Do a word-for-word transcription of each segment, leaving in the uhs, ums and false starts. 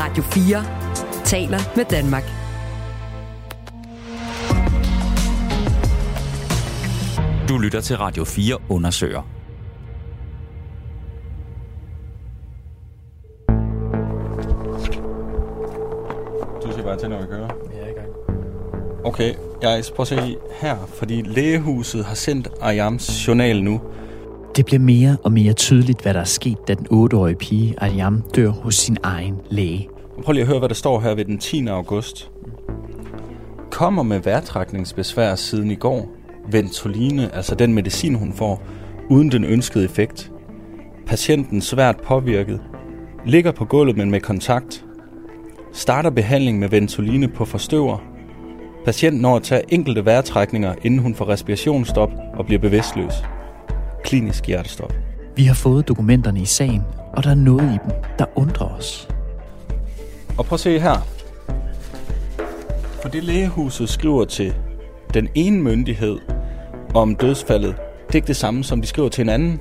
Radio fire taler med Danmark. Du lytter til Radio fire undersøger. Du siger bare til, når vi kører. Ja, jeg er i gang. Okay, jeg prøver at se her, fordi lægehuset har sendt Aryams journal nu. Det bliver mere og mere tydeligt, hvad der er sket, da den otteårige pige Aryam dør hos sin egen læge. Prøv lige at høre, hvad der står her ved den tiende august. Kommer med vejrtrækningsbesvær siden i går. Ventoline, altså den medicin, hun får, uden den ønskede effekt. Patienten svært påvirket. Ligger på gulvet, men med kontakt. Starter behandling med ventoline på forstøver. Patienten når at tage enkelte vejrtrækninger, inden hun får respirationsstop og bliver bevidstløs. Klinisk hjertestop. Vi har fået dokumenterne i sagen, og der er noget i dem, der undrer os. Og prøv at se her. For det lægehuset skriver til den ene myndighed om dødsfaldet, det er ikke det samme, som de skriver til en anden.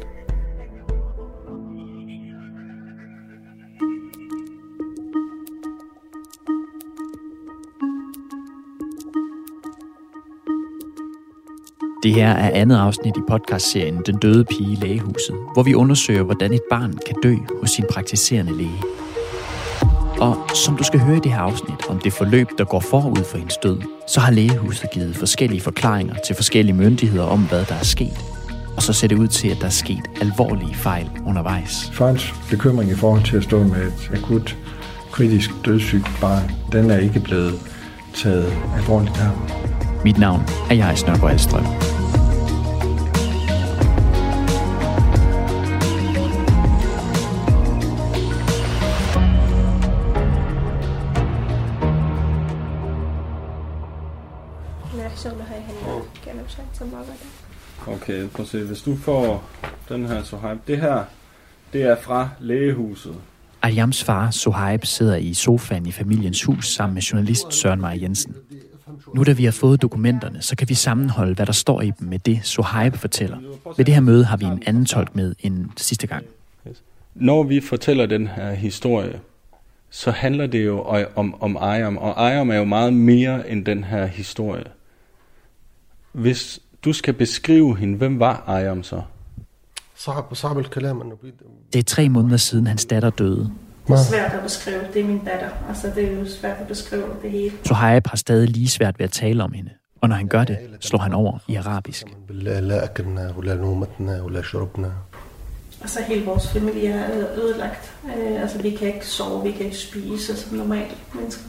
Det her er andet afsnit i podcastserien Den døde pige i lægehuset, hvor vi undersøger, hvordan et barn kan dø hos sin praktiserende læge. Og som du skal høre i det her afsnit om det forløb, der går forud for hendes død, så har lægehuset givet forskellige forklaringer til forskellige myndigheder om, hvad der er sket. Og så ser det ud til, at der er sket alvorlige fejl undervejs. Farens bekymring i forhold til at stå med et akut, kritisk dødssygt barn, den er ikke blevet taget alvorligt her. Mit navn er Jais Nørgaard Alstrøm. Okay, prøv at se. Hvis du får den her Sohaib, det her, det er fra lægehuset. Aryams far, Sohaib, sidder i sofaen i familiens hus sammen med journalist Søren Meier Jensen. Nu da vi har fået dokumenterne, så kan vi sammenholde, hvad der står i dem med det, Sohaib fortæller. Ved det her møde har vi en anden tolk med end sidste gang. Når vi fortæller den her historie, så handler det jo om, om Aryam, og Aryam er jo meget mere end den her historie. Hvis du skal beskrive hende, hvem var Aryam så? Det er tre måneder siden, hans datter døde. Det er svært at beskrive. Det er min datter. Altså, det er jo svært at beskrive det hele. Sohaib har stadig lige svært ved at tale om hende. Og når han gør det, slår han over i arabisk. Altså, hele vores familie er ødelagt. Altså, vi kan ikke sove, vi kan ikke spise som normalt mennesker.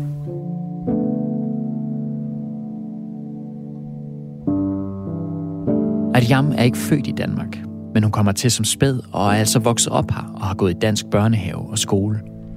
Aryam er ikke født i Danmark, men hun kommer til som spæd og er altså vokset op her og har gået i dansk børnehave og skole.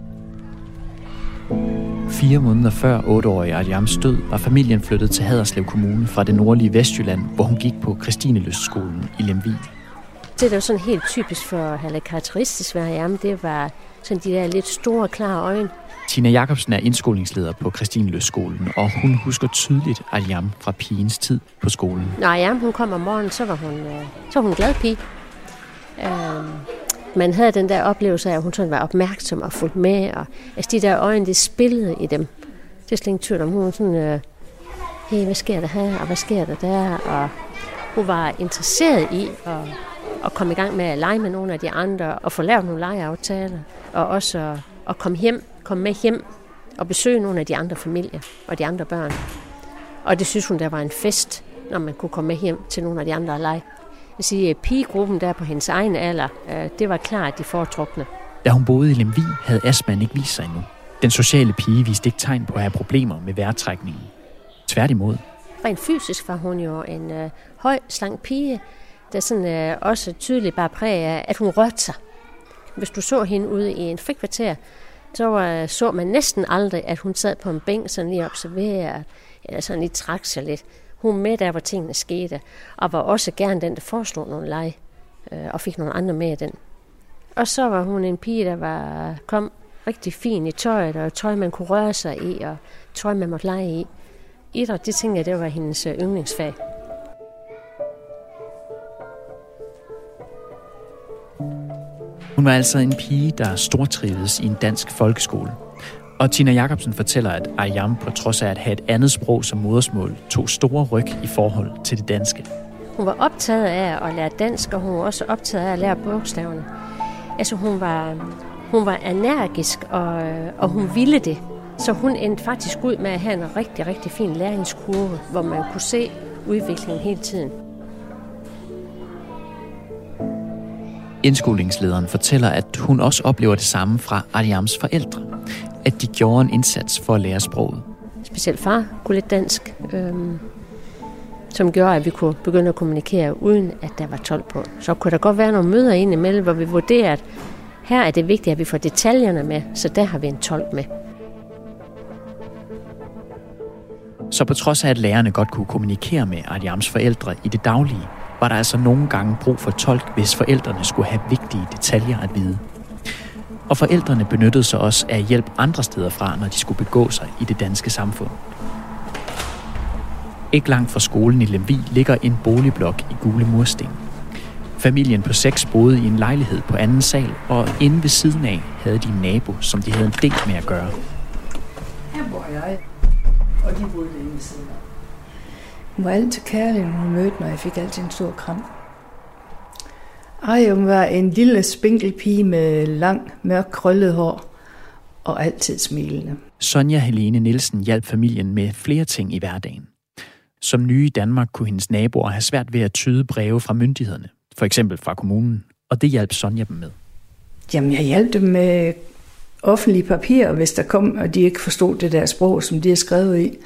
Fire måneder før otteårige Aryams død var familien flyttet til Haderslev Kommune fra det nordlige Vestjylland, hvor hun gik på Christinelystskolen i Lemvig. Det, der var sådan helt typisk for, eller karakteristisk ved Aryam, det var sådan de der lidt store, klare øjne. Tina Jacobsen er indskolingsleder på Christinelystskolen, og hun husker tydeligt Aryam fra pigens tid på skolen. Når Aryam hun kom om morgenen, så var hun, så var hun en glad pige. Uh, man havde den der oplevelse af, at hun sådan var opmærksom og fulgt med, og altså de der øjne, det spillede i dem. Det er slet ikke tvivl om, hun sådan, uh, hey, hvad sker der her, og hvad sker der der, og hun var interesseret i at, at komme i gang med at lege med nogle af de andre, og få lavet nogle legeaftaler, og også at, at komme hjem, komme med hjem, og besøge nogle af de andre familier, og de andre børn. Og det synes hun, der var en fest, når man kunne komme med hjem til nogle af de andre og lege. Jeg vil sige, at pigegruppen der på hendes egen alder, det var klart de foretrukne. Da hun boede i Lemvig, havde astmaen ikke vist sig endnu. Den sociale pige viste ikke tegn på at have problemer med vejrtrækningen. Tværtimod. Rent fysisk var hun jo en øh, høj, slank pige, der sådan, øh, også tydeligt bare præg af, at hun rørte sig. Hvis du så hende ude i en frikvarter, så øh, så man næsten aldrig, at hun sad på en bænk sådan lige observeret, eller sådan lige trak sig lidt. Hun med der, hvor tingene skete, og var også gerne den, der foreslog nogle lege, øh, og fik nogle andre med i den. Og så var hun en pige, der var, kom rigtig fin i tøjet, og tøj, man kunne røre sig i, og tøj, man måtte lege i. Idræt, det tænker jeg, det var hendes yndlingsfag. Hun var altså en pige, der stortrivedes i en dansk folkeskole. Og Tina Jacobsen fortæller, at Aryam på trods af at have et andet sprog som modersmål, tog store ryg i forhold til det danske. Hun var optaget af at lære dansk, og hun var også optaget af at lære bogstaverne. Altså hun var, hun var energisk, og, og hun ville det. Så hun endte faktisk ud med at have en rigtig, rigtig fin læringskurve, hvor man kunne se udviklingen hele tiden. Indskolingslederen fortæller, at hun også oplever det samme fra Aryams forældre. At de gjorde en indsats for at lære sproget. Specielt far kunne lidt dansk, øhm, som gjorde, at vi kunne begynde at kommunikere, uden at der var tolk på. Så kunne der godt være nogle møder indimellem, hvor vi vurderer, at her er det vigtigt, at vi får detaljerne med, så der har vi en tolk med. Så på trods af, at lærerne godt kunne kommunikere med Aryams forældre i det daglige, var der altså nogle gange brug for tolk, hvis forældrene skulle have vigtige detaljer at vide. Og forældrene benyttede sig også af hjælp andre steder fra, når de skulle begå sig i det danske samfund. Ikke langt fra skolen i Lemvig ligger en boligblok i gule mursten. Familien på seks boede i en lejlighed på anden sal, og inde ved siden af havde de en nabo, som de havde en del med at gøre. Her bor jeg, og de boede inde ved siden af. Hun var altid kærlig, når hun mødte mig. Jeg fik altid en stor kram. Ej, hun var en lille spinkel pige med lang, mørk, krøllet hår og altid smilende. Sonja Helene Nielsen hjalp familien med flere ting i hverdagen. Som nye i Danmark kunne hendes naboer have svært ved at tyde breve fra myndighederne, for eksempel fra kommunen, og det hjalp Sonja dem med. Jamen, jeg hjalp dem med offentlige papirer, hvis der kom, og de ikke forstod det der sprog, som de har skrevet i.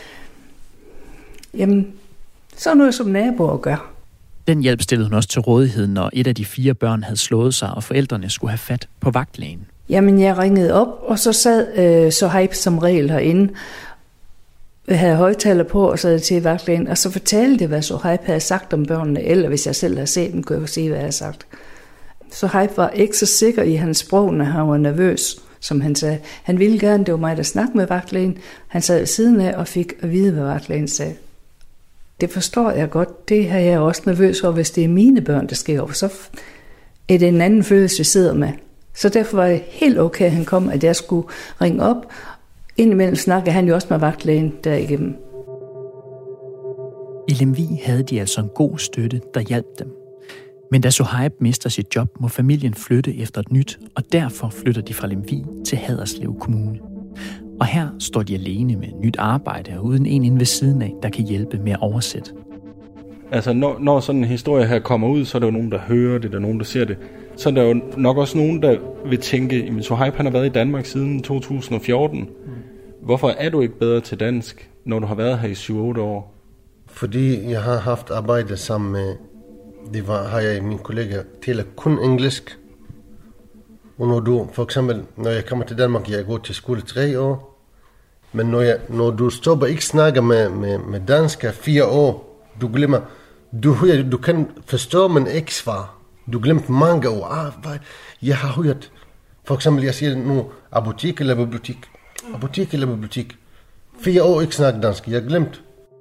Jamen, så noget som naboer gør. Den hjælp stillede hun også til rådighed, når et af de fire børn havde slået sig, og forældrene skulle have fat på vagtlægen. Jamen, jeg ringede op, og så sad øh, Sohaib som regel herinde. Jeg havde højtaler på, og sad til vagtlægen, og så fortalte det, hvad Sohaib havde sagt om børnene, eller hvis jeg selv havde set dem, kunne jeg sige, hvad jeg havde sagt. Sohaib var ikke så sikker i hans sprog, når han var nervøs, som han sagde. Han ville gerne, det var mig, der snakkede med vagtlægen. Han sad ved siden af og fik at vide, hvad vagtlægen sagde. Det forstår jeg godt. Det har jeg også nervøs over, hvis det er mine børn, der sker over. Så er det en anden følelse, vi sidder med. Så derfor var det helt okay, at han kom, at jeg skulle ringe op. Indimellem snakkede han jo også med vagtlægen derigennem. I Lemvig havde de altså en god støtte, der hjalp dem. Men da Sohaib mister sit job, må familien flytte efter et nyt, og derfor flytter de fra Lemvig til Haderslev Kommune. Og her står de alene med nyt arbejde og uden en inde ved siden af, der kan hjælpe med at oversætte. Altså, når, når sådan en historie her kommer ud, så er der jo nogen, der hører det, der er nogen, der ser det. Så er der jo nok også nogen, der vil tænke, at Sohaib han har været i Danmark siden to tusind og fjorten. Hvorfor er du ikke bedre til dansk, når du har været her i syv otte år? Fordi jeg har haft arbejde sammen med, det var, har jeg min kollega taler kun engelsk. Og når du, for eksempel, når jeg kommer til Danmark, jeg går til skole tre år. Men når, jeg, når du stopper ikke snakker med, med, med dansk fire år, du glemmer, du, du kan forstå, men ikke svare. Du glemte mange ord. Ah, hvad? Jeg har hørt, for eksempel, jeg siger nu, apotek eller bibliotek. Apotek eller bibliotek. Fire år ikke snakke dansk, jeg har glemt.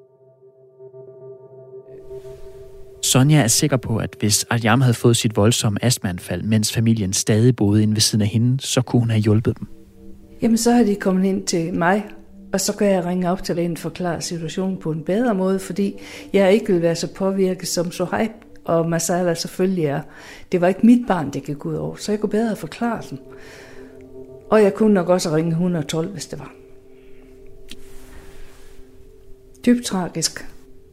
Sonja er sikker på, at hvis Aryam havde fået sit voldsomme astmaanfald, mens familien stadig boede inde ved siden af hende, så kunne hun have hjulpet dem. Jamen, så har de kommet ind til mig, og så kan jeg ringe op til den og forklare situationen på en bedre måde, fordi jeg ikke vil være så påvirket som Sohaib og Masala selvfølgelig er. Det var ikke mit barn, det gik ud over, så jeg kunne bedre forklare dem. Og jeg kunne nok også ringe et hundrede og tolv, hvis det var. Dybt tragisk.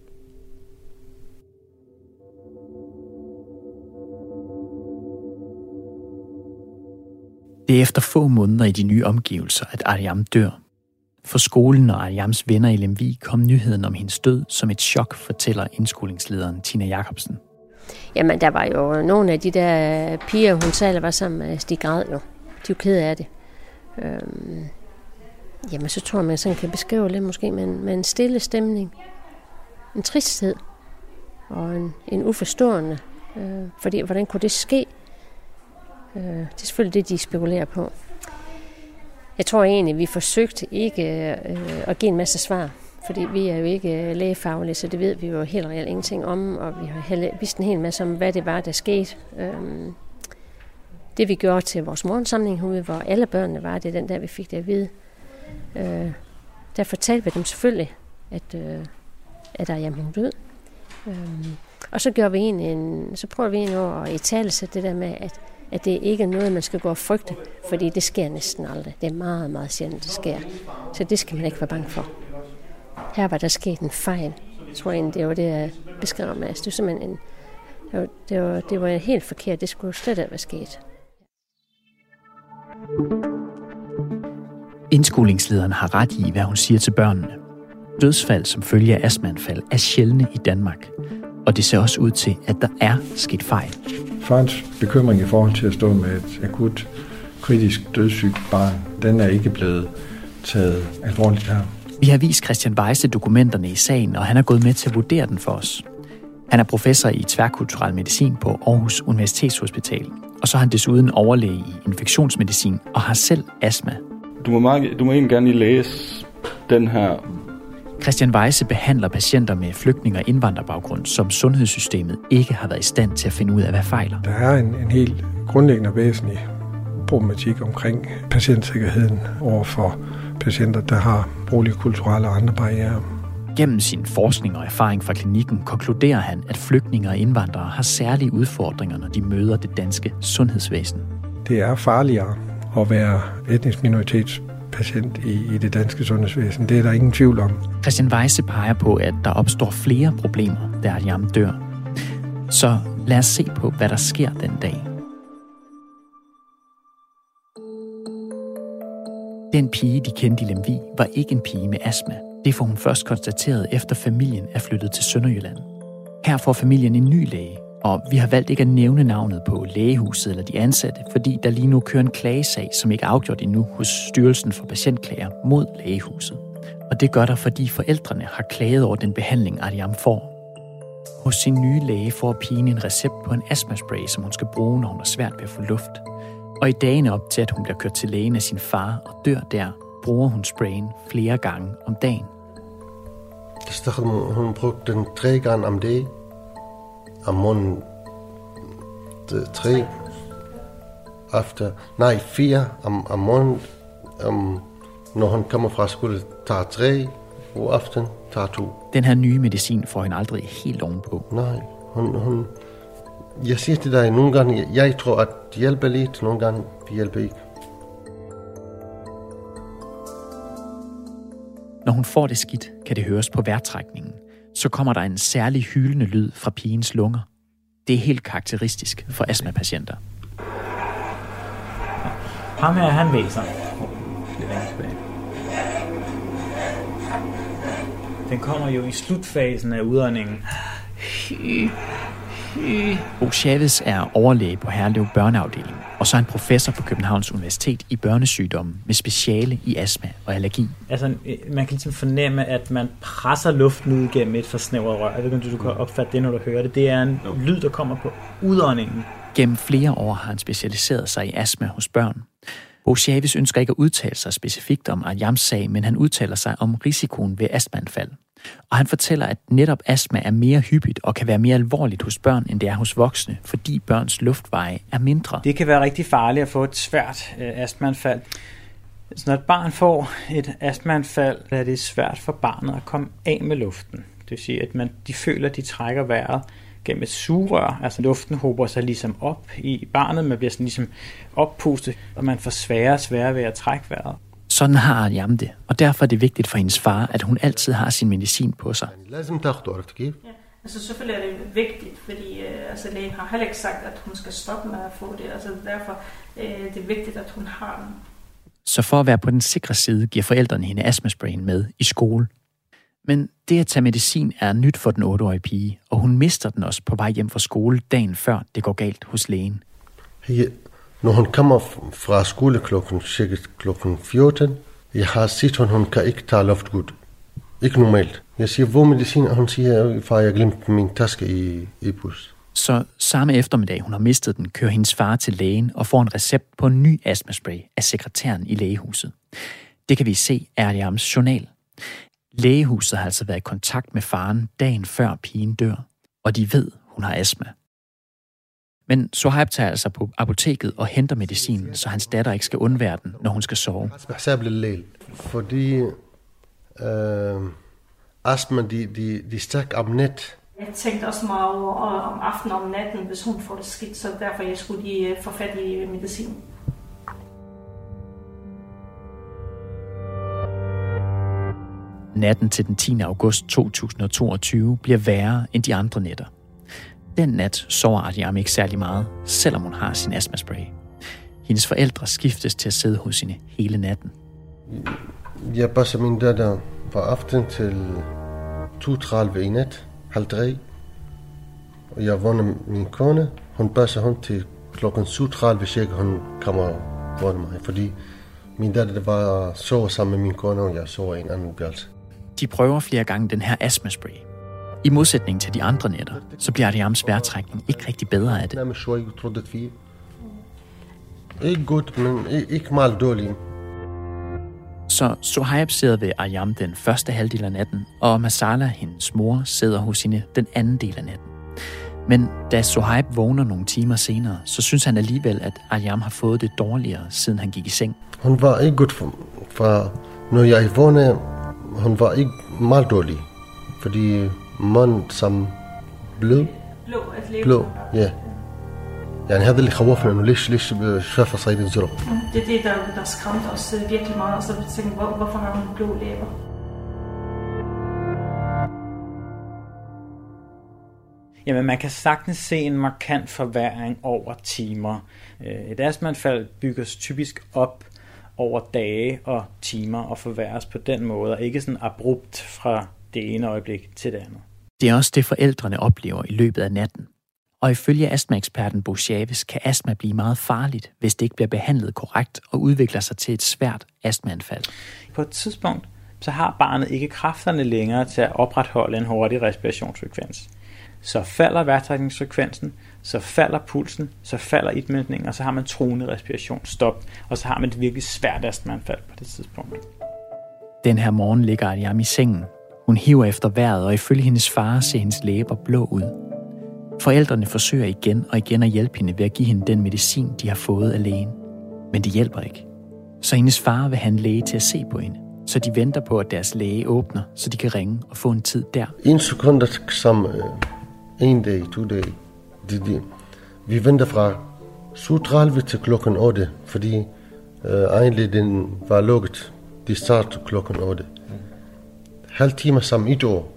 Det er efter få måneder i de nye omgivelser, at Aryam dør. For skolen og Aryams venner i Lemvig kom nyheden om hendes død som et chok, fortæller indskolingslederen Tina Jacobsen. Jamen, der var jo nogle af de der piger, hun selv var sammen med, de græd jo. De er jo kede af det. Øhm, jamen, så tror jeg, man sådan kan beskrive det måske med en, med en stille stemning. En tristhed og en, en uforstående. Øh, fordi, hvordan kunne det ske? Øh, det er selvfølgelig det, de spekulerer på. Jeg tror egentlig, vi forsøgte ikke øh, at give en masse svar. Fordi vi er jo ikke lægefaglige, så det ved vi jo helt reelt ingenting om. Og vi har vidst en hel masse om, hvad det var, der skete. Øhm, det vi gjorde til vores morgensamling herude, hvor alle børnene var, det er den der, vi fik det at vide. Øh, der fortalte vi dem selvfølgelig, at, øh, at Ariam hun død. Øh, og så gjorde vi en, en så prøvede vi en over at italesætte det der med, at, at det ikke er noget, man skal gå og frygte, fordi det sker næsten aldrig. Det er meget, meget sjældent, det sker. Så det skal man ikke være bange for. Her var der sket en fejl. Jeg tror egentlig, det var det, jeg beskrev med. Det var simpelthen en, det var, det var, det var helt forkert. Det skulle slet ikke være sket. Indskolingslederen har ret i, hvad hun siger til børnene. Dødsfald som følge af astmaanfald er sjældne i Danmark. Og det ser også ud til, at der er sket fejl. Farens bekymring i forhold til at stå med et akut, kritisk dødssygt barn, den er ikke blevet taget alvorligt her. Vi har vist Christian Weise dokumenterne i sagen, og han er gået med til at vurdere den for os. Han er professor i tværkulturel medicin på Aarhus Universitetshospital, og så er han desuden overlæge i infektionsmedicin og har selv astma. Du må, meget, du må egentlig gerne lige læse den her. Christian Weise behandler patienter med flygtninge- og indvandrerbaggrund, som sundhedssystemet ikke har været i stand til at finde ud af, hvad fejler. Der er en, en helt grundlæggende væsentlig problematik omkring patientsikkerheden over for patienter, der har sproglige, kulturelle og andre barrierer. Gennem sin forskning og erfaring fra klinikken konkluderer han, at flygtninge og indvandrere har særlige udfordringer, når de møder det danske sundhedsvæsen. Det er farligere at være etnisk minoritetspatient i, i det danske sundhedsvæsen. Det er der ingen tvivl om. Christian Weise peger på, at der opstår flere problemer, da Ariam dør. Så lad os se på, hvad der sker den dag. Den pige, de kendte i Lemvig, var ikke en pige med astma. Det får hun først konstateret, efter familien er flyttet til Sønderjylland. Her får familien en ny læge, og vi har valgt ikke at nævne navnet på lægehuset eller de ansatte, fordi der lige nu kører en klagesag, som ikke er afgjort endnu hos Styrelsen for Patientklager mod lægehuset. Og det gør der, fordi forældrene har klaget over den behandling, Ariam får. Hos sin nye læge får pigen en recept på en astmaspray, som hun skal bruge, når hun har svært ved at få luft. Og i dagene op til, at hun bliver kørt til lægen af sin far og dør der, bruger hun sprayen flere gange om dagen. Hun brugte den tre gange om dagen. Om morgenen tre. Efter, nej, fire om, om morgenen. Om, når hun kommer fra skole, tager tre. Og aften tager to. Den her nye medicin får hende aldrig helt ovenpå. Nej, hun... hun jeg siger til dig, nogle gange, jeg tror, at det hjælper lidt, nogle gange, det hjælper ikke. Når hun får det skidt, kan det høres på vejrtrækningen. Så kommer der en særlig hylende lyd fra pigens lunger. Det er helt karakteristisk for astmapatienter. Ham her, han væser. Den kommer jo i slutfasen af udåndingen. Bo Chavez er overlæge på Herlev Børneafdeling, og så er han professor på Københavns Universitet i børnesygdomme med speciale i astma og allergi. Altså, man kan ligesom fornemme, at man presser luften ud gennem et for snævret rør. Jeg ved ikke, om du kan opfatte det, når du hører det. Det er en lyd, der kommer på udåndingen. Gennem flere år har han specialiseret sig i astma hos børn. Bo Chavez ønsker ikke at udtale sig specifikt om Ariams sag, men han udtaler sig om risikoen ved astmaanfald. Og han fortæller, at netop astma er mere hyppigt og kan være mere alvorligt hos børn, end det er hos voksne, fordi børns luftveje er mindre. Det kan være rigtig farligt at få et svært øh, astmaanfald. Så når et barn får et astmaanfald, er det svært for barnet at komme af med luften. Det vil sige, at man, de føler, at de trækker vejret gennem et sugerør. Altså luften hober sig ligesom op i barnet, man bliver sådan ligesom oppustet, og man får sværere og sværere ved at trække vejret. Sådan har Ariam det, og derfor er det vigtigt for hendes far, at hun altid har sin medicin på sig. Ja, altså selvfølgelig er det vigtigt, fordi øh, altså, lægen har heller ikke sagt, at hun skal stoppe med at få det. Altså derfor øh, det er vigtigt, at hun har den. Så for at være på den sikre side, giver forældrene hende astmasprayen med i skole. Men det at tage medicin er nyt for den otteårige pige, og hun mister den også på vej hjem fra skole dagen før det går galt hos lægen. Hey, når hun kommer fra skole klokken, cirka klokken fjorten, jeg har set, at hun kan ikke tage luftgodt. Ikke normalt. Jeg siger, hvor medicin, og hun siger, far, jeg glemte min taske i, i bus. Så samme eftermiddag, hun har mistet den, kører hendes far til lægen og får en recept på en ny astmaspray af sekretæren i lægehuset. Det kan vi se er Ariams journal. Lægehuset har altså været i kontakt med faren dagen før pigen dør, og de ved, hun har astma. Men Sohaib tager altså på apoteket og henter medicinen, så hans datter ikke skal undvære den, når hun skal sove. Fordi øh, astma, de, de, de er stærkt om nat. Jeg tænkte også meget over om aftenen og om natten, hvis hun får det skidt, så derfor jeg skulle lige få fat i medicin. Natten til den tiende august to tusind og toogtyve bliver værre end de andre nætter. Den nat sover Aryam ikke særlig meget, selvom hun har sin astmaspray. Hendes forældre skiftes til at sidde hos hende hele natten. Jeg passer min datter fra aften til to tredive i nat, halv tre. Og jeg vågner min kone. Hun passer hun til klokken syv tredive, cirka hun kommer og vågner mig. Fordi min datter var sover sammen med min kone, og jeg sover i en anden værelse. De prøver flere gange den her astmaspray. I modsætning til de andre nætter, så bliver Aryams vejrtrækning ikke rigtig bedre af det. Ikke godt, men ikke meget dårligt. Så Sohaib sidder ved Aryam den første halvdel af natten, og Masala, hendes mor, sidder hos hende den anden del af natten. Men da Sohaib vågner nogle timer senere, så synes han alligevel, at Aryam har fået det dårligere, siden han gik i seng. Hun var ikke godt for, for når jeg vågnede, hun var ikke meget dårlig. Fordi man som blød. Blå, at blå, ja. يعني هذا اللي خوفنا انه ليش ليش شاف صيد الزرق. Det er det der der skræmte os virkelig meget, og så tænkte hvor, hvorfor har hun blå læber? Jamen man kan sagtens se en markant forværring over timer. Et astmaanfald bygges typisk op over dage og timer og forværres på den måde, og ikke sådan abrupt fra det ene øjeblik til det andet. Det er også det, forældrene oplever i løbet af natten. Og ifølge astmaeksperten Bo Chavez kan astma blive meget farligt, hvis det ikke bliver behandlet korrekt og udvikler sig til et svært astmaanfald. På et tidspunkt så har barnet ikke kræfterne længere til at opretholde en hurtig respirationsfrekvens. Så falder vejrtrækningsfrekvensen, så falder pulsen, så falder indmætningen, og så har man truende respirationsstop, og så har man et virkelig svært astmaanfald på det tidspunkt. Den her morgen ligger Aryam i sengen. Hun hiver efter vejret, og ifølge hendes far ser hendes læber blå ud. Forældrene forsøger igen og igen at hjælpe hende ved at give hende den medicin, de har fået af lægen. Men det hjælper ikke. Så hendes far vil have en læge til at se på hende. Så de venter på, at deres læge åbner, så de kan ringe og få en tid der. En sekund som en dag, to dage. De, de. Vi venter fra syv tredive til klokken otte, fordi uh, egentlig den var lukket. De startede klokken otte. Halv time som et år.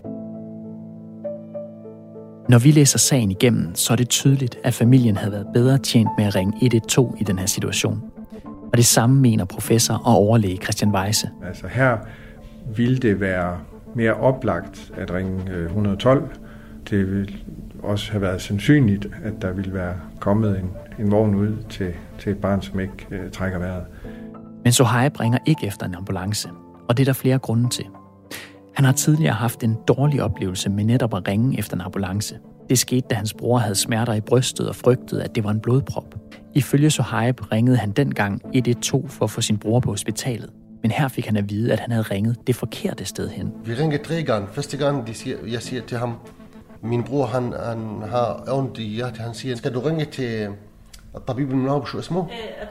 Når vi læser sagen igennem, så er det tydeligt, at familien havde været bedre tjent med at ringe et et to i den her situation. Og det samme mener professor og overlæge Christian Weisse. Altså her ville det være mere oplagt at ringe et et to. Det ville også have været sandsynligt, at der ville være kommet en, en vogn ud til, til et barn, som ikke øh, trækker vejret. Men Sohaib ringer ikke efter en ambulance, og det er der flere grunde til. Han har tidligere haft en dårlig oplevelse med netop at ringe efter en ambulance. Det skete, da hans bror havde smerter i brystet og frygtede, at det var en blodprop. Ifølge Sohaib ringede han dengang et et to for at få sin bror på hospitalet. Men her fik han at vide, at han havde ringet det forkerte sted hen. Vi ringede tre gange. Første gang, de siger, jeg siger til ham, min bror han, han har ondt i hjertet. Han siger, skal du ringe til Tabib al-Munawwar små?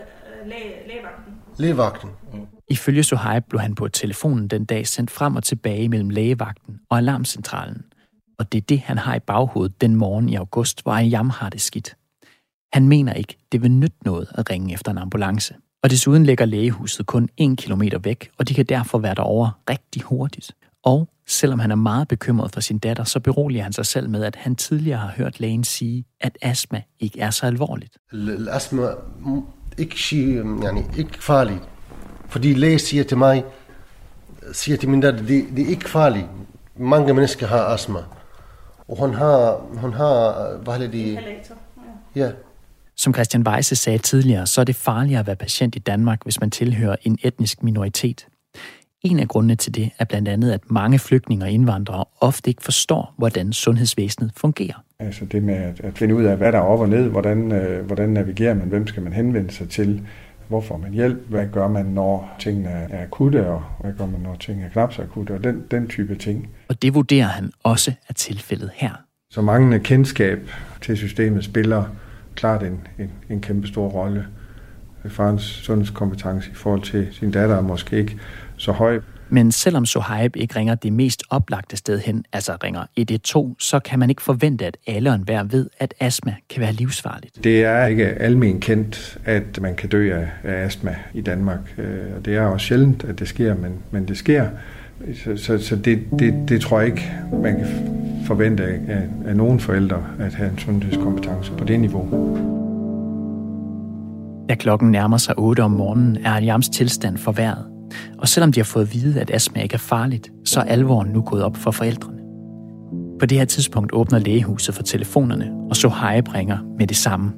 Lægevagten. Lægevagten. Ifølge Sohaib blev han på telefonen den dag sendt frem og tilbage mellem lægevagten og alarmcentralen. Og det er det, han har i baghovedet den morgen i august, hvor Aryam har det skidt. Han mener ikke, det vil nytte noget at ringe efter en ambulance. Og desuden ligger lægehuset kun en kilometer væk, og de kan derfor være derovre rigtig hurtigt. Og selvom han er meget bekymret for sin datter, så beroliger han sig selv med, at han tidligere har hørt lægen sige, at astma ikke er så alvorligt. Astma ikke, yani, ikke farligt. Fordi lægen siger til mig, siger til min datter, det, det er ikke farligt. Mange mennesker har astma. Og hun har, hun har, hvad er det? Ja. Som Christian Weisse sagde tidligere, så er det farligere at være patient i Danmark, hvis man tilhører en etnisk minoritet. En af grundene til det er blandt andet, at mange flygtninge og indvandrere ofte ikke forstår, hvordan sundhedsvæsenet fungerer. Altså det med at, at finde ud af, hvad der er op og ned, hvordan, øh, hvordan navigerer man, hvem skal man henvende sig til, hvor får man hjælp, hvad gør man, når tingene er akutte, og hvad gør man, når tingene er knap så akutte, og den, den type ting. Og det vurderer han også er tilfældet her. Så manglende kendskab til systemet spiller klart en, en, en kæmpe stor rolle. Farens sundhedskompetence i forhold til sin datter er måske ikke så høj. Men selvom Sohaib ikke ringer det mest oplagte sted hen, altså ringer et et to, så kan man ikke forvente, at alle og enhver ved, at astma kan være livsfarligt. Det er ikke almen kendt, at man kan dø af, af astma i Danmark. Og det er også sjældent, at det sker, men, men det sker. Så, så, så det, det, det tror jeg ikke, man kan forvente af, af nogen forældre, at have en sundhedskompetence på det niveau. Da klokken nærmer sig otte om morgenen, er Aryams tilstand forværret. Og selvom de har fået at vide, at astma ikke er farligt, så er alvoren nu gået op for forældrene. På det her tidspunkt åbner lægehuset for telefonerne, og Sohaib ringer med det samme.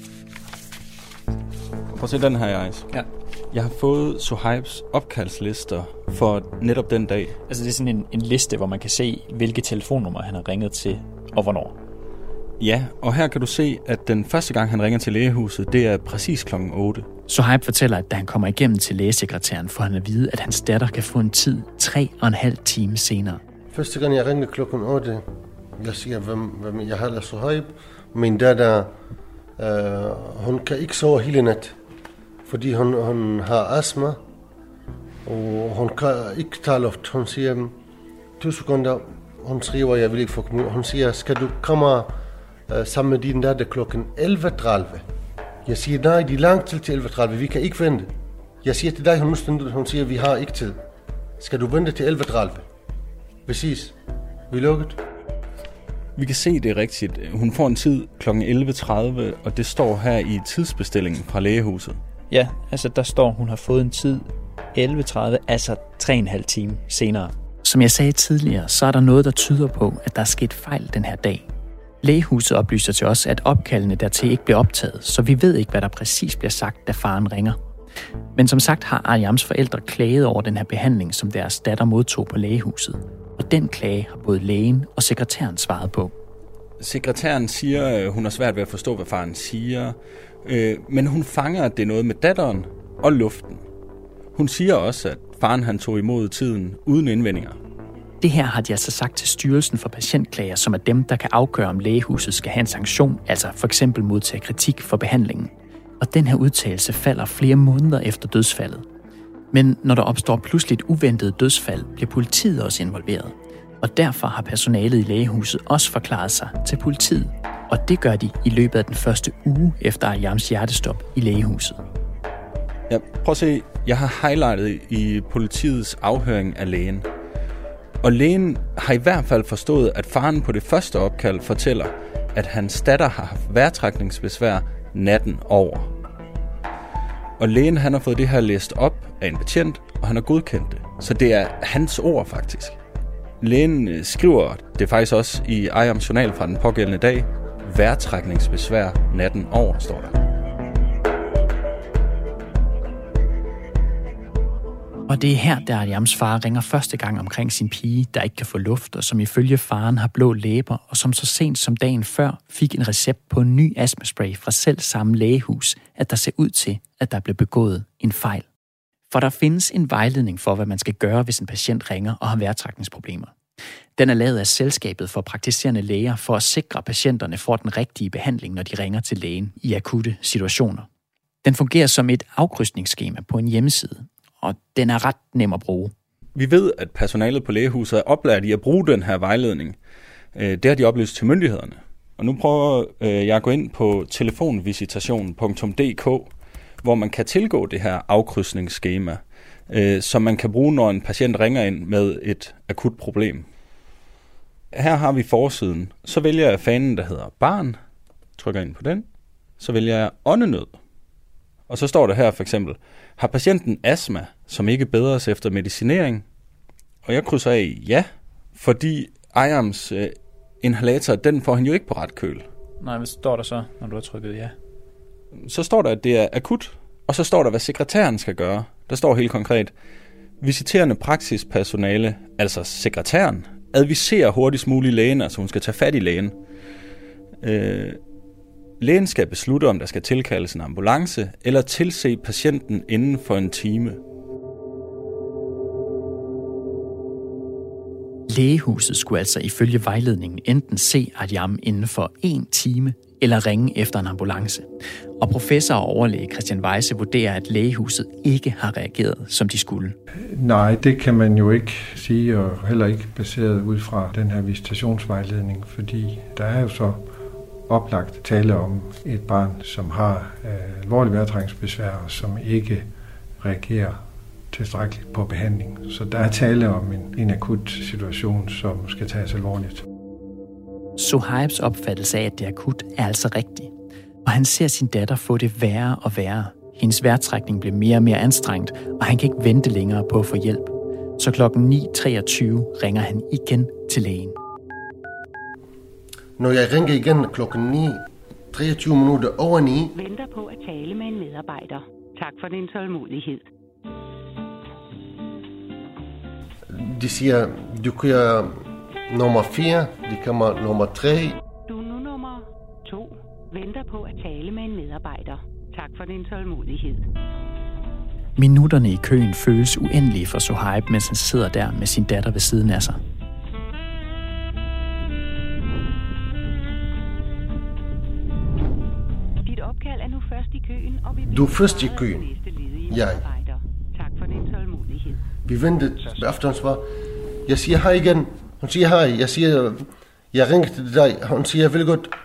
Prøv at se den her, Jais. Ja. Jeg har fået Sohaibs opkaldslister for netop den dag. Altså det er sådan en, en liste, hvor man kan se, hvilke telefonnummer han har ringet til, og hvornår. Ja, og her kan du se, at den første gang, han ringer til lægehuset, det er præcis klokken otte. Sohaib fortæller, at da han kommer igennem til lægesekretæren, får han at vide, at hans datter kan få en tid tre og en halv time senere. Første gang jeg ringer klokken otte, jeg siger, hvem, hvem jeg hedder Sohaib. Min datter, øh, hun kan ikke sove hele nat, fordi hun, hun har astma, og hun kan ikke tage luft. Hun siger, to sekunder, hun skriver, jeg vil ikke få kommune. Hun siger, skal du komme uh, sammen med din datter klokken elleve tredive? Jeg siger, nej, det er langt til til elleve tredive, vi kan ikke vente. Jeg siger til dig, hun, hun siger, vi har ikke tid. Skal du vente til elleve tredive? Præcis. Vi er lukket. Vi kan se, det er rigtigt. Hun får en tid klokken elleve tredive, og det står her i tidsbestillingen fra lægehuset. Ja, altså der står, hun har fået en tid elleve tredive, altså tre og en halv time senere. Som jeg sagde tidligere, så er der noget, der tyder på, at der er sket fejl den her dag. Lægehuset oplyser til os, at opkaldene dertil ikke bliver optaget, så vi ved ikke, hvad der præcis bliver sagt, da faren ringer. Men som sagt har Aryams forældre klaget over den her behandling, som deres datter modtog på lægehuset. Og den klage har både lægen og sekretæren svaret på. Sekretæren siger, at hun har svært ved at forstå, hvad faren siger, men hun fanger, at det er noget med datteren og luften. Hun siger også, at faren han tog imod tiden uden indvendinger. Det her har de altså sagt til Styrelsen for Patientklager, som er dem, der kan afgøre, om lægehuset skal have en sanktion, altså for eksempel modtage kritik for behandlingen. Og den her udtalelse falder flere måneder efter dødsfaldet. Men når der opstår pludseligt uventet dødsfald, bliver politiet også involveret. Og derfor har personalet i lægehuset også forklaret sig til politiet. Og det gør de i løbet af den første uge efter Aryams hjertestop i lægehuset. Ja, prøv at se. Jeg har highlightet i politiets afhøring af lægen. Og lægen har i hvert fald forstået, at faren på det første opkald fortæller, at hans datter har haft vejrtrækningsbesvær natten over. Og lægen han har fået det her læst op af en patient, og han har godkendt det. Så det er hans ord faktisk. Lægen skriver det faktisk også i Aryams journal fra den pågældende dag. Vejrtrækningsbesvær natten over, står der. Og det er her, da Aryams far ringer første gang omkring sin pige, der ikke kan få luft, og som ifølge faren har blå læber, og som så sent som dagen før fik en recept på en ny astmaspray fra selv samme lægehus, at der ser ud til, at der blev begået en fejl. For der findes en vejledning for, hvad man skal gøre, hvis en patient ringer og har vejrtrækningsproblemer. Den er lavet af Selskabet for Praktiserende Læger for at sikre, at patienterne får den rigtige behandling, når de ringer til lægen i akutte situationer. Den fungerer som et afkrydsningsskema på en hjemmeside, og den er ret nem at bruge. Vi ved, at personalet på lægehuset er oplært i at bruge den her vejledning. Det har de oplyst til myndighederne. Og nu prøver jeg at gå ind på telefonvisitation punktum d k, hvor man kan tilgå det her afkrydsningsskema, som man kan bruge, når en patient ringer ind med et akut problem. Her har vi forsiden. Så vælger jeg fanen, der hedder barn. Trykker ind på den. Så vælger jeg åndenød. Og så står der her for eksempel, har patienten astma, som ikke bedres efter medicinering? Og jeg krydser af ja, fordi Aryams øh, inhalator, den får han jo ikke på ret køl. Nej, hvad står der så, når du har trykket ja? Så står der, at det er akut, og så står der, hvad sekretæren skal gøre. Der står helt konkret, visiterende praksispersonale, altså sekretæren, adviserer hurtigst muligt lægen, altså hun skal tage fat i lægen. Øh, Lægen skal beslutte, om der skal tilkaldes en ambulance eller tilse patienten inden for en time. Lægehuset skulle altså ifølge vejledningen enten se Aryam inden for en time eller ringe efter en ambulance. Og professor og overlæge Christian Weise vurderer, at lægehuset ikke har reageret, som de skulle. Nej, det kan man jo ikke sige, og heller ikke baseret ud fra den her visitationsvejledning, fordi der er jo så oplagt tale om et barn, som har øh, alvorlig vejrtrækningsbesvær, og som ikke reagerer tilstrækkeligt på behandling. Så der er tale om en, en akut situation, som skal tages alvorligt. Sohaibs opfattelse af, at det er akut, er altså rigtig. Og han ser sin datter få det værre og værre. Hendes vejrtrækning bliver mere og mere anstrengt, og han kan ikke vente længere på at få hjælp. Så klokken ni treogtyve ringer han igen til lægen. Når jeg ringer igen klokken ni treogtyve minutter over ni... Venter på at tale med en medarbejder. Tak for din tålmodighed. De siger, du kører nummer fire, de kommer nummer tre. Du er nu nummer to. Venter på at tale med en medarbejder. Tak for din tålmodighed. Minutterne i køen føles uendelige for Sohaib, mens han sidder der med sin datter ved siden af sig. Dit opkald er nu først i køen, og vi Du er først i køen. Jeg. Tak for din tålmodighed. Vi ventede ved aftensvar. Jeg siger hej igen. Hun siger hej. Jeg siger, jeg ringer til dig. Hun siger, jeg vil godt.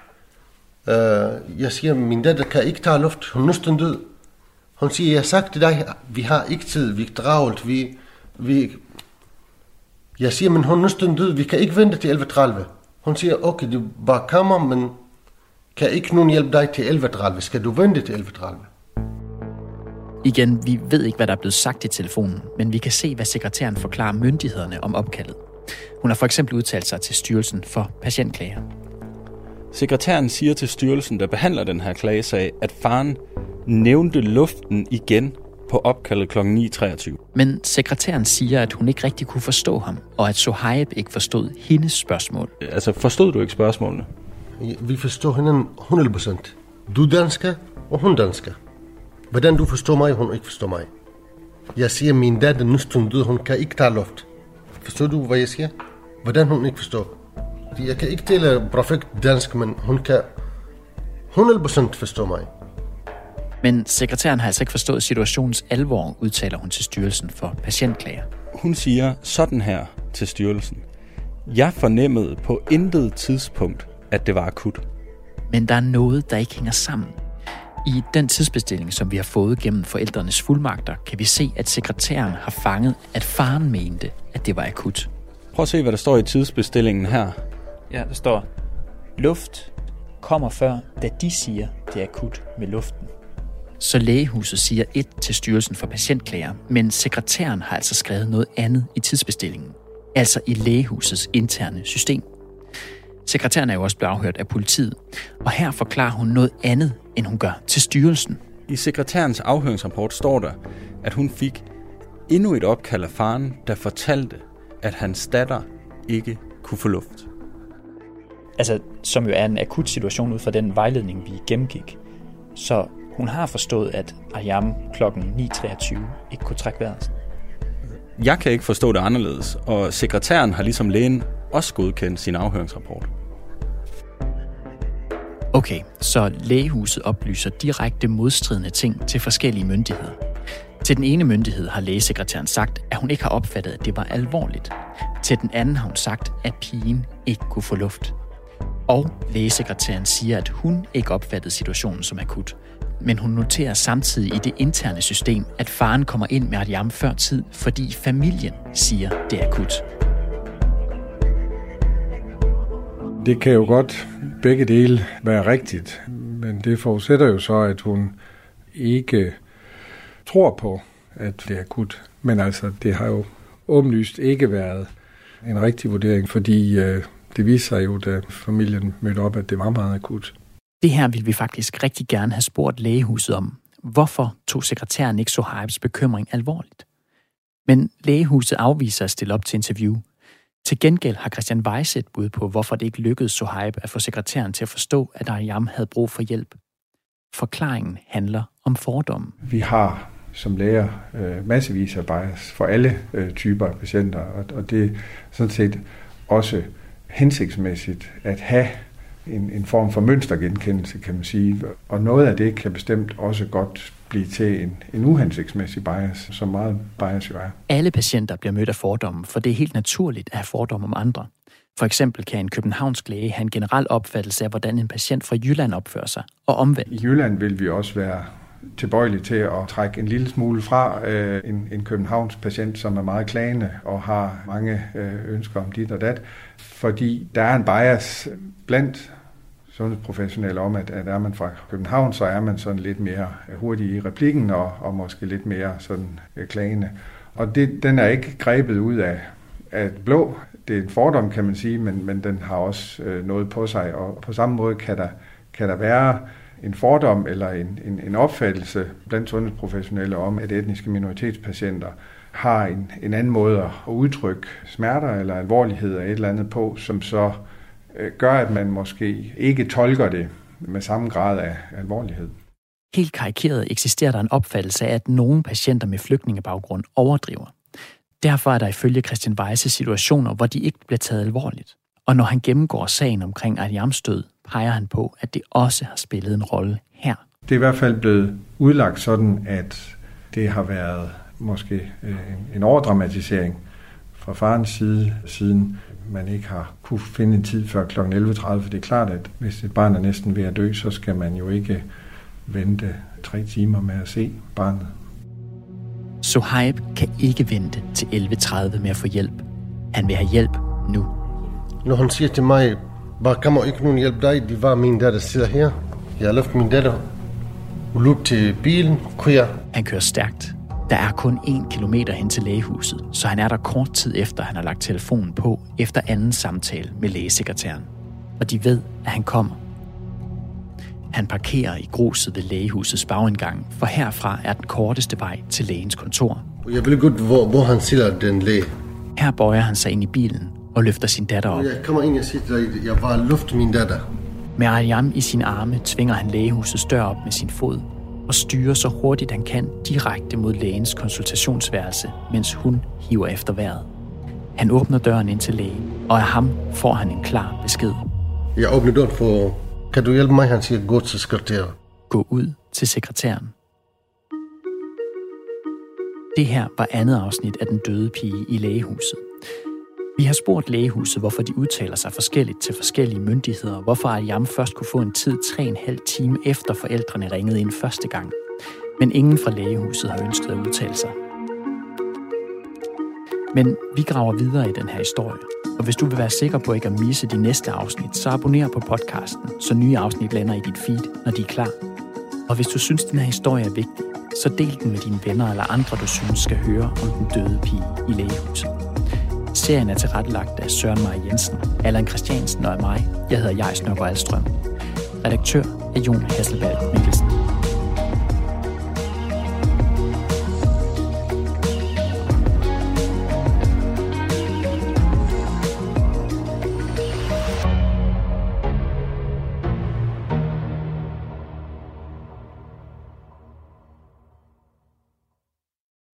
Uh, jeg siger, min datter kan ikke tage luft. Hun er næsten død. Hun siger, jeg har sagt til dig, vi har ikke tid. Vi er travlt. Vi, vi... Jeg siger, men hun er næsten død. Vi kan ikke vente til elleve tredive. Hun siger, okay, du bare kommer, men kan ikke nogen hjælpe dig til elleve tredive. Skal du vente til elleve tredive? Igen, vi ved ikke, hvad der er blevet sagt i telefonen, men vi kan se, hvad sekretæren forklarer myndighederne om opkaldet. Hun har for eksempel udtalt sig til Styrelsen for Patientklager. Sekretæren siger til styrelsen, der behandler den her klagesag, at faren nævnte luften igen på opkaldet klokken ni treogtyve. Men sekretæren siger, at hun ikke rigtig kunne forstå ham, og at Sohaib ikke forstod hendes spørgsmål. Altså, forstod du ikke spørgsmålene? Vi forstår hinanden hundrede procent. Du dansker, og hun dansker. Hvordan du forstår mig, hun ikke forstår mig. Jeg siger, min datter næsten død, hun kan ikke tage luft. Forstår du, hvad jeg siger? Hvordan hun ikke forstår? Jeg kan ikke tale perfekt dansk, men hun kan hundrede procent forstå mig. Men sekretæren har altså ikke forstået situationens alvor, udtaler hun til Styrelsen for Patientklager. Hun siger sådan her til styrelsen. Jeg fornemmede på intet tidspunkt, at det var akut. Men der er noget, der ikke hænger sammen. I den tidsbestilling, som vi har fået gennem forældrenes fuldmagter, kan vi se, at sekretæren har fanget, at faren mente, at det var akut. Prøv at se, hvad der står i tidsbestillingen her. Ja, der står, luft kommer før, da de siger, det er akut med luften. Så lægehuset siger et til Styrelsen for Patientklager, men sekretæren har altså skrevet noget andet i tidsbestillingen. Altså i lægehusets interne system. Sekretæren er jo også blevet afhørt af politiet, og her forklarer hun noget andet, end hun gør til styrelsen. I sekretærens afhøringsrapport står der, at hun fik endnu et opkald af faren, der fortalte, at hans datter ikke kunne få luft. Altså, som jo er en akut situation ud fra den vejledning, vi gennemgik. Så hun har forstået, at Ayam klokken ni treogtyve ikke kunne trække vejret. Jeg kan ikke forstå det anderledes, og sekretæren har ligesom lægen også godkendt sin afhøringsrapport. Okay, så lægehuset oplyser direkte modstridende ting til forskellige myndigheder. Til den ene myndighed har lægesekretæren sagt, at hun ikke har opfattet, at det var alvorligt. Til den anden har hun sagt, at pigen ikke kunne få luft. Og lægesekretæren siger, at hun ikke opfattede situationen som akut. Men hun noterer samtidig i det interne system, at faren kommer ind med Ayam før tid, fordi familien siger, det er akut. Det kan jo godt begge dele være rigtigt, men det forudsætter jo så, at hun ikke tror på, at det er akut. Men altså, det har jo åbenlyst ikke været en rigtig vurdering, fordi øh, det viser sig jo, da familien mødte op, at det var meget akut. Det her vil vi faktisk rigtig gerne have spurgt lægehuset om. Hvorfor tog sekretæren ikke Sohaibs bekymring alvorligt? Men lægehuset afviser at stille op til interview. Til gengæld har Christian Weise et bud på, hvorfor det ikke lykkedes Sohaib at få sekretæren til at forstå, at Ayam havde brug for hjælp. Forklaringen handler om fordomme. Vi har som læger øh, massevis af bias for alle øh, typer af patienter, og, og det er sådan set også hensigtsmæssigt at have en, en form for mønstergenkendelse, kan man sige. Og noget af det kan bestemt også godt blive til en, en uhensigtsmæssig bias, som meget bias jo er. Alle patienter bliver mødt af fordomme, for det er helt naturligt at have fordomme om andre. For eksempel kan en københavnsk læge have en generel opfattelse af, hvordan en patient fra Jylland opfører sig, og omvendt. I Jylland vil vi også være tilbøjelige til at trække en lille smule fra øh, en, en københavns patient, som er meget klagende og har mange øh, ønsker om dit og dat, fordi der er en bias blandt sundhedsprofessionelle om, at, at er man fra København, så er man sådan lidt mere hurtig i replikken og, og måske lidt mere sådan øh, klagende. Og det, den er ikke grebet ud af, af blå. Det er en fordom, kan man sige, men, men den har også øh, noget på sig, og på samme måde kan der, kan der være en fordom eller en, en, en opfattelse blandt sundhedsprofessionelle om, at etniske minoritetspatienter har en, en anden måde at udtrykke smerter eller alvorlighed af et eller andet på, som så øh, gør, at man måske ikke tolker det med samme grad af alvorlighed. Helt karikeret eksisterer der en opfattelse af, at nogle patienter med flygtningebaggrund overdriver. Derfor er der ifølge Christian Weisse situationer, hvor de ikke bliver taget alvorligt. Og når han gennemgår sagen omkring Aryams død, peger han på, at det også har spillet en rolle her. Det er i hvert fald blevet udlagt sådan, at det har været måske en overdramatisering fra farens side, siden man ikke har kunne finde en tid før klokken elleve tredive. For det er klart, at hvis et barn er næsten ved at dø, så skal man jo ikke vente tre timer med at se barnet. Sohaib kan ikke vente til elleve tredive med at få hjælp. Han vil have hjælp nu. Når han siger til mig, bare kommer ikke nogen hjælp dig, det var min datter, der sidder her. Jeg har løftet min datter og løb til bilen. Kører. Han kører stærkt. Der er kun en kilometer hen til lægehuset, så han er der kort tid efter, han har lagt telefonen på efter anden samtale med lægesekretæren. Og de ved, at han kommer. Han parkerer i gruset ved lægehusets bagindgang, for herfra er den korteste vej til lægens kontor. Jeg ved godt, hvor, hvor han sidder, den læge. Her bøjer han sig ind i bilen og løfter sin datter op. Jeg kommer ind og siger til dig, jeg var løftet min datter. Med Aryam i sine arme tvinger han lægehusets dør op med sin fod og styrer så hurtigt han kan direkte mod lægens konsultationsværelse, mens hun hiver efter vejret. Han åbner døren ind til lægen, og af ham får han en klar besked. Jeg åbner døren for, kan du hjælpe mig? Han siger, gå til sekretæren. Gå ud til sekretæren. Det her var andet afsnit af Den døde pige i lægehuset. Vi har spurgt lægehuset, hvorfor de udtaler sig forskelligt til forskellige myndigheder, hvorfor Aryam først kunne få en tid tre og en halv time efter forældrene ringede ind første gang. Men ingen fra lægehuset har ønsket at udtale sig. Men vi graver videre i den her historie, og hvis du vil være sikker på ikke at misse de næste afsnit, så abonner på podcasten, så nye afsnit lander i dit feed, når de er klar. Og hvis du synes, den her historie er vigtig, så del den med dine venner eller andre, du synes skal høre om den døde pige i lægehuset. Serien er tilrettelagt af Søren Marie Jensen, Allan Christiansen og af mig. Jeg hedder Jais Nørgaard Alstrøm. Redaktør er Jon Hasselbalg Mikkelsen.